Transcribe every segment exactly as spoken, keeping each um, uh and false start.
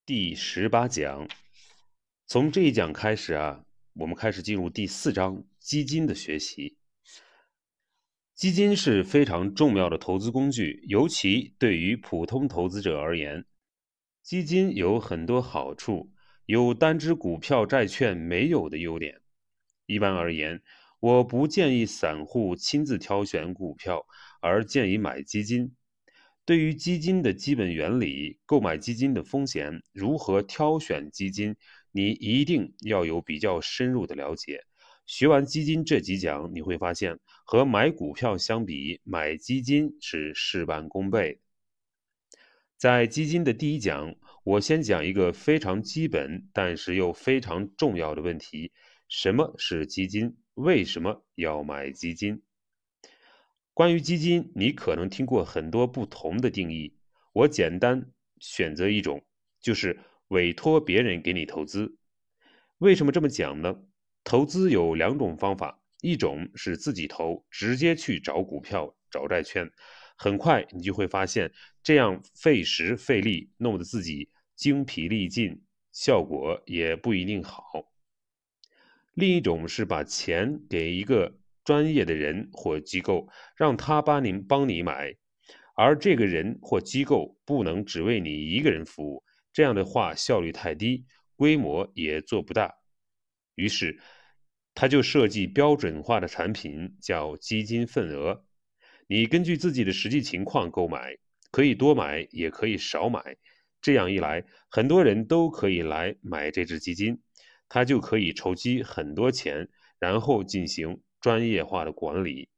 第十八讲，从这一讲开始啊，我们开始进入第四章基金的学习。基金是非常重要的投资工具，尤其对于普通投资者而言，基金有很多好处，有单只股票、债券没有的优点。一般而言，我不建议散户亲自挑选股票，而建议买基金。对于基金的基本原理、购买基金的风险、如何挑选基金，你一定要有比较深入的了解。学完基金这几讲，你会发现和买股票相比，买基金是事半功倍。在基金的第一讲，我先讲一个非常基本但是又非常重要的问题：什么是基金？为什么要买基金？关于基金，你可能听过很多不同的定义，我简单选择一种，就是委托别人给你投资。为什么这么讲呢？投资有两种方法，一种是自己投，直接去找股票、找债券，很快你就会发现，这样费时费力，弄得自己精疲力尽，效果也不一定好。另一种是把钱给一个专业的人或机构，让他帮您帮你买，而这个人或机构不能只为你一个人服务，这样的话效率太低，规模也做不大。于是，他就设计标准化的产品，叫基金份额。你根据自己的实际情况购买，可以多买，也可以少买。这样一来，很多人都可以来买这只基金，他就可以筹集很多钱，然后进行专业化的管理。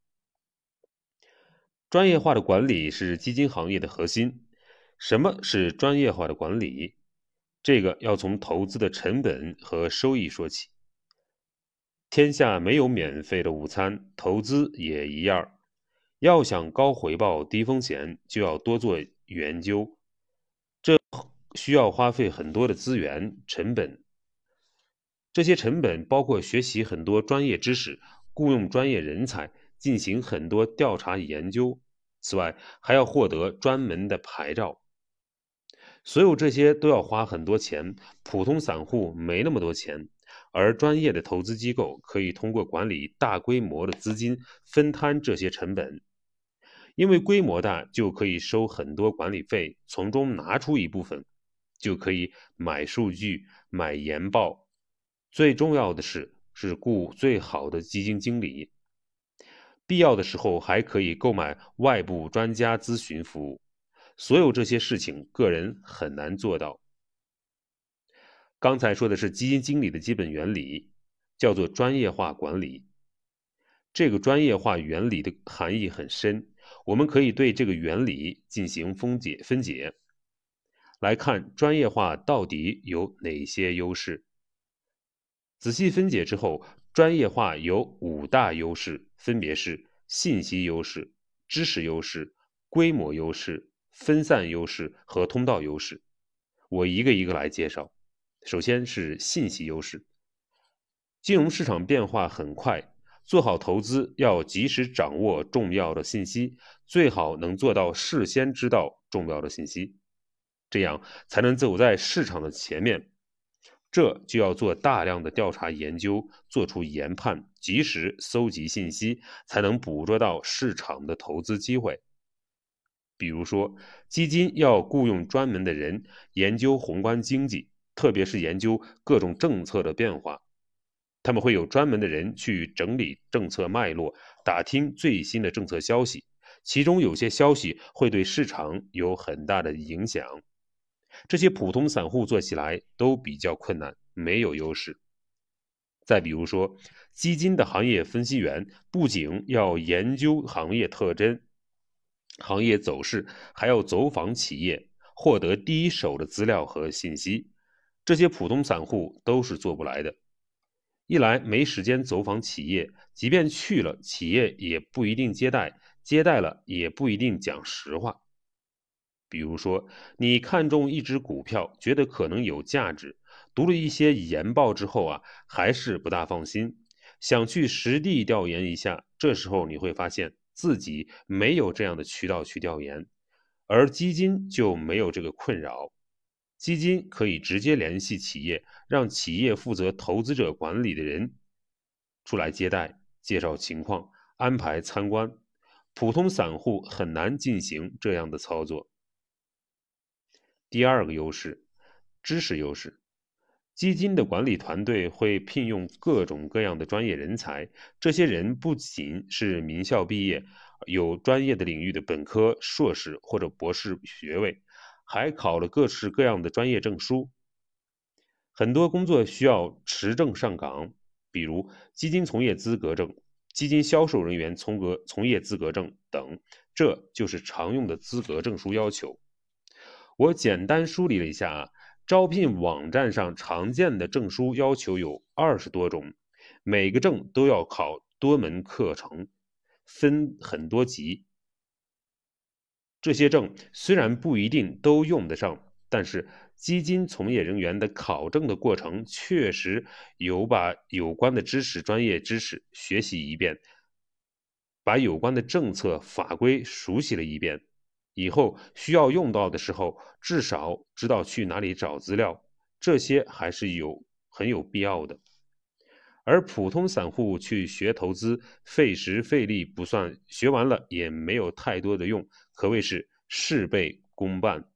专业化的管理是基金行业的核心。什么是专业化的管理？这个要从投资的成本和收益说起。天下没有免费的午餐，投资也一样。要想高回报、低风险，就要多做研究，这需要花费很多的资源成本。这些成本包括学习很多专业知识，雇佣专业人才，进行很多调查研究。此外，还要获得专门的牌照。所有这些都要花很多钱，普通散户没那么多钱，而专业的投资机构可以通过管理大规模的资金分摊这些成本。因为规模大，就可以收很多管理费，从中拿出一部分，就可以买数据、买研报。最重要的是，是雇最好的基金经理。必要的时候还可以购买外部专家咨询服务。所有这些事情，个人很难做到。刚才说的是基金经理的基本原理，叫做专业化管理。这个专业化原理的含义很深，我们可以对这个原理进行分解分解，来看专业化到底有哪些优势。仔细分解之后，专业化有五大优势，分别是信息优势、知识优势、规模优势、分散优势和通道优势。我一个一个来介绍。首先是信息优势。金融市场变化很快，做好投资要及时掌握重要的信息，最好能做到事先知道重要的信息，这样才能走在市场的前面。这就要做大量的调查研究，做出研判，及时搜集信息，才能捕捉到市场的投资机会。比如说，基金要雇佣专门的人研究宏观经济，特别是研究各种政策的变化。他们会有专门的人去整理政策脉络，打听最新的政策消息，其中有些消息会对市场有很大的影响。这些普通散户做起来都比较困难，没有优势。再比如说，基金的行业分析员不仅要研究行业特征、行业走势，还要走访企业，获得第一手的资料和信息。这些普通散户都是做不来的。一来没时间走访企业，即便去了，企业也不一定接待，接待了也不一定讲实话。比如说，你看中一只股票，觉得可能有价值，读了一些研报之后啊，还是不大放心，想去实地调研一下。这时候你会发现自己没有这样的渠道去调研，而基金就没有这个困扰。 基金可以直接联系企业，让企业负责投资者管理的人出来接待、介绍情况、安排参观。普通散户很难进行这样的操作。第二个优势，知识优势。基金的管理团队会聘用各种各样的专业人才，这些人不仅是名校毕业，有专业的领域的本科、硕士或者博士学位，还考了各式各样的专业证书。很多工作需要持证上岗，比如基金从业资格证、基金销售人员从格从业资格证等，这就是常用的资格证书要求。我简单梳理了一下啊，招聘网站上常见的证书要求有二十多种，每个证都要考多门课程，分很多级。这些证虽然不一定都用得上，但是基金从业人员的考证的过程确实有把有关的知识、专业知识学习一遍，把有关的政策法规熟悉了一遍，以后需要用到的时候，至少知道去哪里找资料，这些还是有很有必要的。而普通散户去学投资，费时费力不算，学完了也没有太多的用，可谓是事倍功半。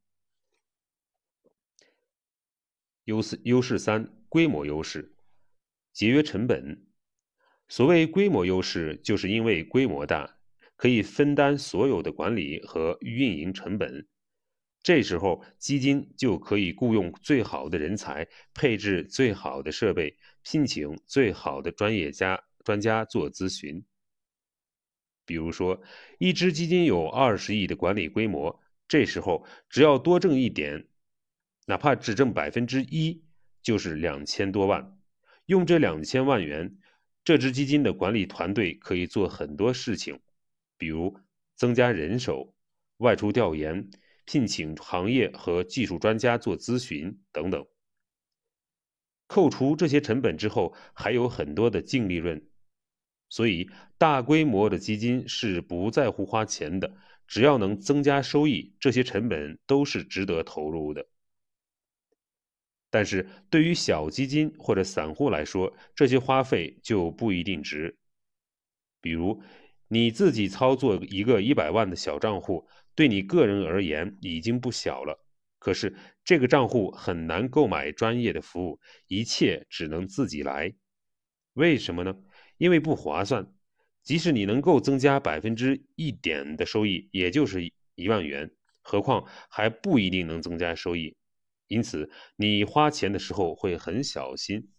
优势优势三，规模优势，节约成本。所谓规模优势，就是因为规模大，可以分担所有的管理和运营成本。这时候，基金就可以雇佣最好的人才，配置最好的设备，聘请最好的专业家专家做咨询。比如说，一支基金有二十亿的管理规模，这时候只要多挣一点，哪怕只挣百分之一，就是两千多万。用这两千万元，这支基金的管理团队可以做很多事情，比如增加人手、外出调研、聘请行业和技术专家做咨询等等。扣除这些成本之后，还有很多的净利润。所以，大规模的基金是不在乎花钱的，只要能增加收益，这些成本都是值得投入的。但是对于小基金或者散户来说，这些花费就不一定值。比如，你自己操作一个一百万的小账户，对你个人而言已经不小了。可是这个账户很难购买专业的服务，一切只能自己来。为什么呢？因为不划算。即使你能够增加百分之一点的收益，也就是一万元，何况还不一定能增加收益。因此，你花钱的时候会很小心。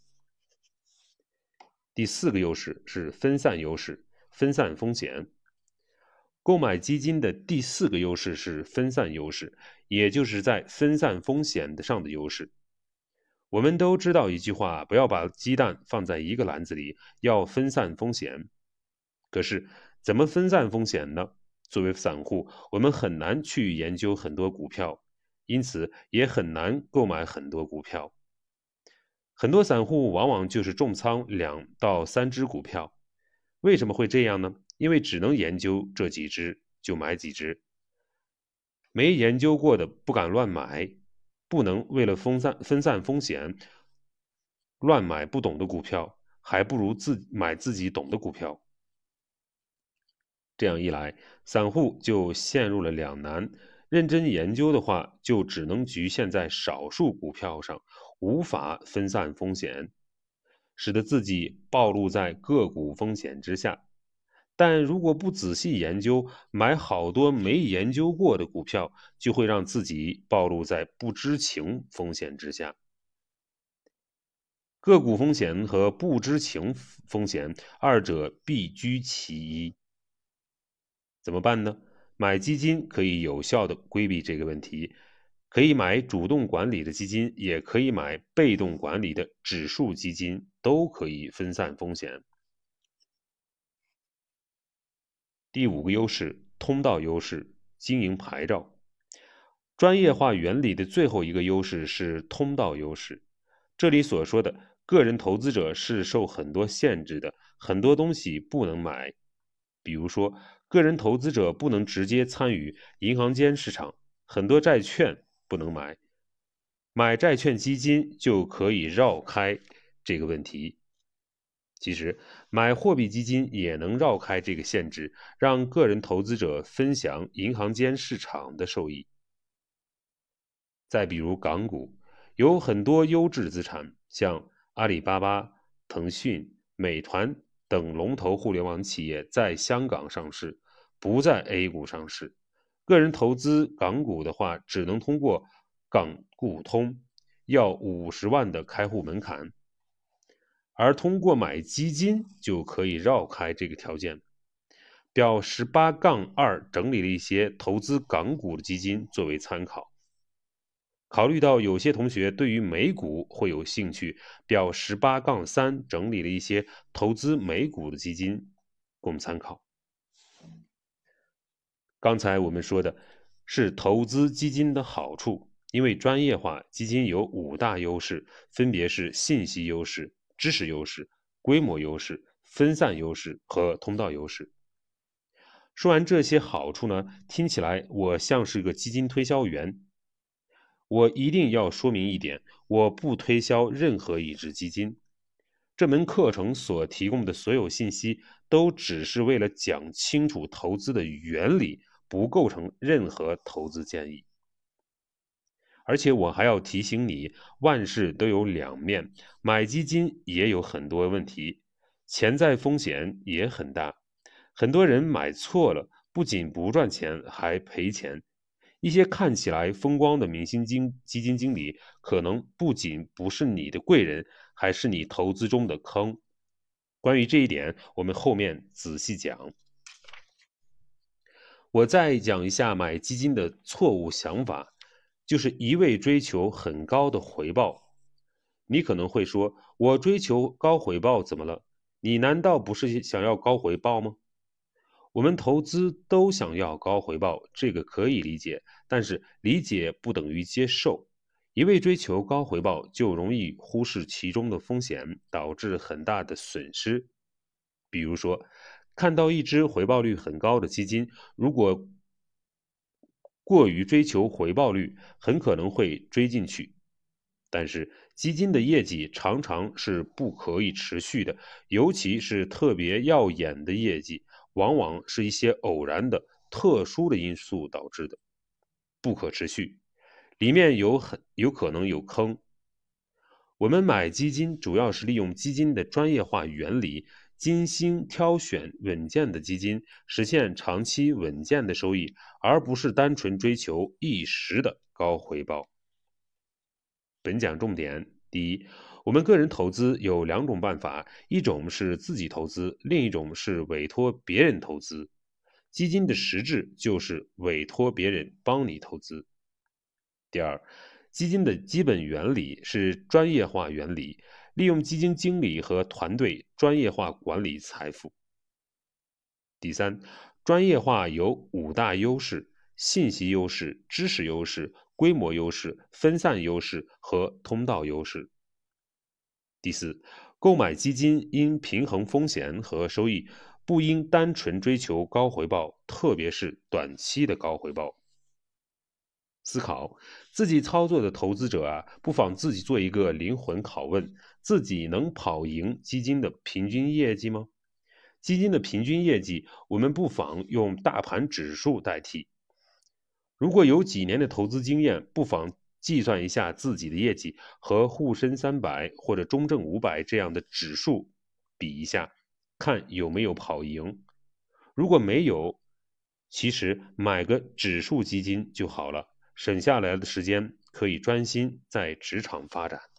第四个优势是分散优势，分散风险。购买基金的第四个优势是分散优势，也就是在分散风险上的优势。我们都知道一句话，不要把鸡蛋放在一个篮子里，要分散风险。可是，怎么分散风险呢？作为散户，我们很难去研究很多股票，因此也很难购买很多股票。很多散户往往就是重仓两到三只股票。为什么会这样呢？因为只能研究这几只，就买几只。没研究过的不敢乱买，不能为了分散分散风险乱买不懂的股票，还不如自买自己懂的股票。这样一来，散户就陷入了两难。认真研究的话，就只能局限在少数股票上，无法分散风险，使得自己暴露在个股风险之下。但如果不仔细研究，买好多没研究过的股票，就会让自己暴露在不知情风险之下。个股风险和不知情风险，二者必居其一。怎么办呢？买基金可以有效的规避这个问题，可以买主动管理的基金，也可以买被动管理的指数基金，都可以分散风险。第五个优势，通道优势，经营牌照。专业化原理的最后一个优势是通道优势。这里所说的个人投资者是受很多限制的，很多东西不能买。比如说，个人投资者不能直接参与银行间市场，很多债券不能买。 买债券基金就可以绕开这个问题。其实，买货币基金也能绕开这个限制，让个人投资者分享银行间市场的收益。再比如港股，有很多优质资产，像阿里巴巴、腾讯、美团等龙头互联网企业在香港上市，不在 A 股上市。个人投资港股的话，只能通过港股通，要五十万的开户门槛。而通过买基金就可以绕开这个条件。表十八杠二整理了一些投资港股的基金作为参考。考虑到有些同学对于美股会有兴趣，表十八杠三整理了一些投资美股的基金供参考。刚才我们说的是投资基金的好处，因为专业化，基金有五大优势，分别是信息优势、知识优势、规模优势、分散优势和通道优势。说完这些好处呢，听起来我像是个基金推销员。我一定要说明一点，我不推销任何一只基金。这门课程所提供的所有信息都只是为了讲清楚投资的原理，不构成任何投资建议。而且我还要提醒你，万事都有两面，买基金也有很多问题，潜在风险也很大。很多人买错了，不仅不赚钱，还赔钱。一些看起来风光的明星基金经理，可能不仅不是你的贵人，还是你投资中的坑。关于这一点，我们后面仔细讲。我再讲一下买基金的错误想法，就是一味追求很高的回报。你可能会说，我追求高回报怎么了？你难道不是想要高回报吗？我们投资都想要高回报，这个可以理解，但是理解不等于接受。一味追求高回报，就容易忽视其中的风险，导致很大的损失。比如说，看到一只回报率很高的基金，如果过于追求回报率，很可能会追进去。但是基金的业绩常常是不可以持续的，尤其是特别耀眼的业绩，往往是一些偶然的、特殊的因素导致的，不可持续，里面有很有可能有坑。我们买基金主要是利用基金的专业化原理，精心挑选稳健的基金，实现长期稳健的收益，而不是单纯追求一时的高回报。本讲重点：第一，我们个人投资有两种办法，一种是自己投资，另一种是委托别人投资。基金的实质就是委托别人帮你投资。第二，基金的基本原理是专业化原理，利用基金经理和团队专业化管理财富。第三，专业化有五大优势：信息优势、知识优势、规模优势、分散优势和通道优势。第四，购买基金应平衡风险和收益，不应单纯追求高回报，特别是短期的高回报。思考自己操作的投资者啊，不妨自己做一个灵魂拷问：自己能跑赢基金的平均业绩吗？基金的平均业绩，我们不妨用大盘指数代替。如果有几年的投资经验，不妨计算一下自己的业绩和沪深三百或者中证五百这样的指数比一下，看有没有跑赢。如果没有，其实买个指数基金就好了，省下来的时间可以专心在职场发展。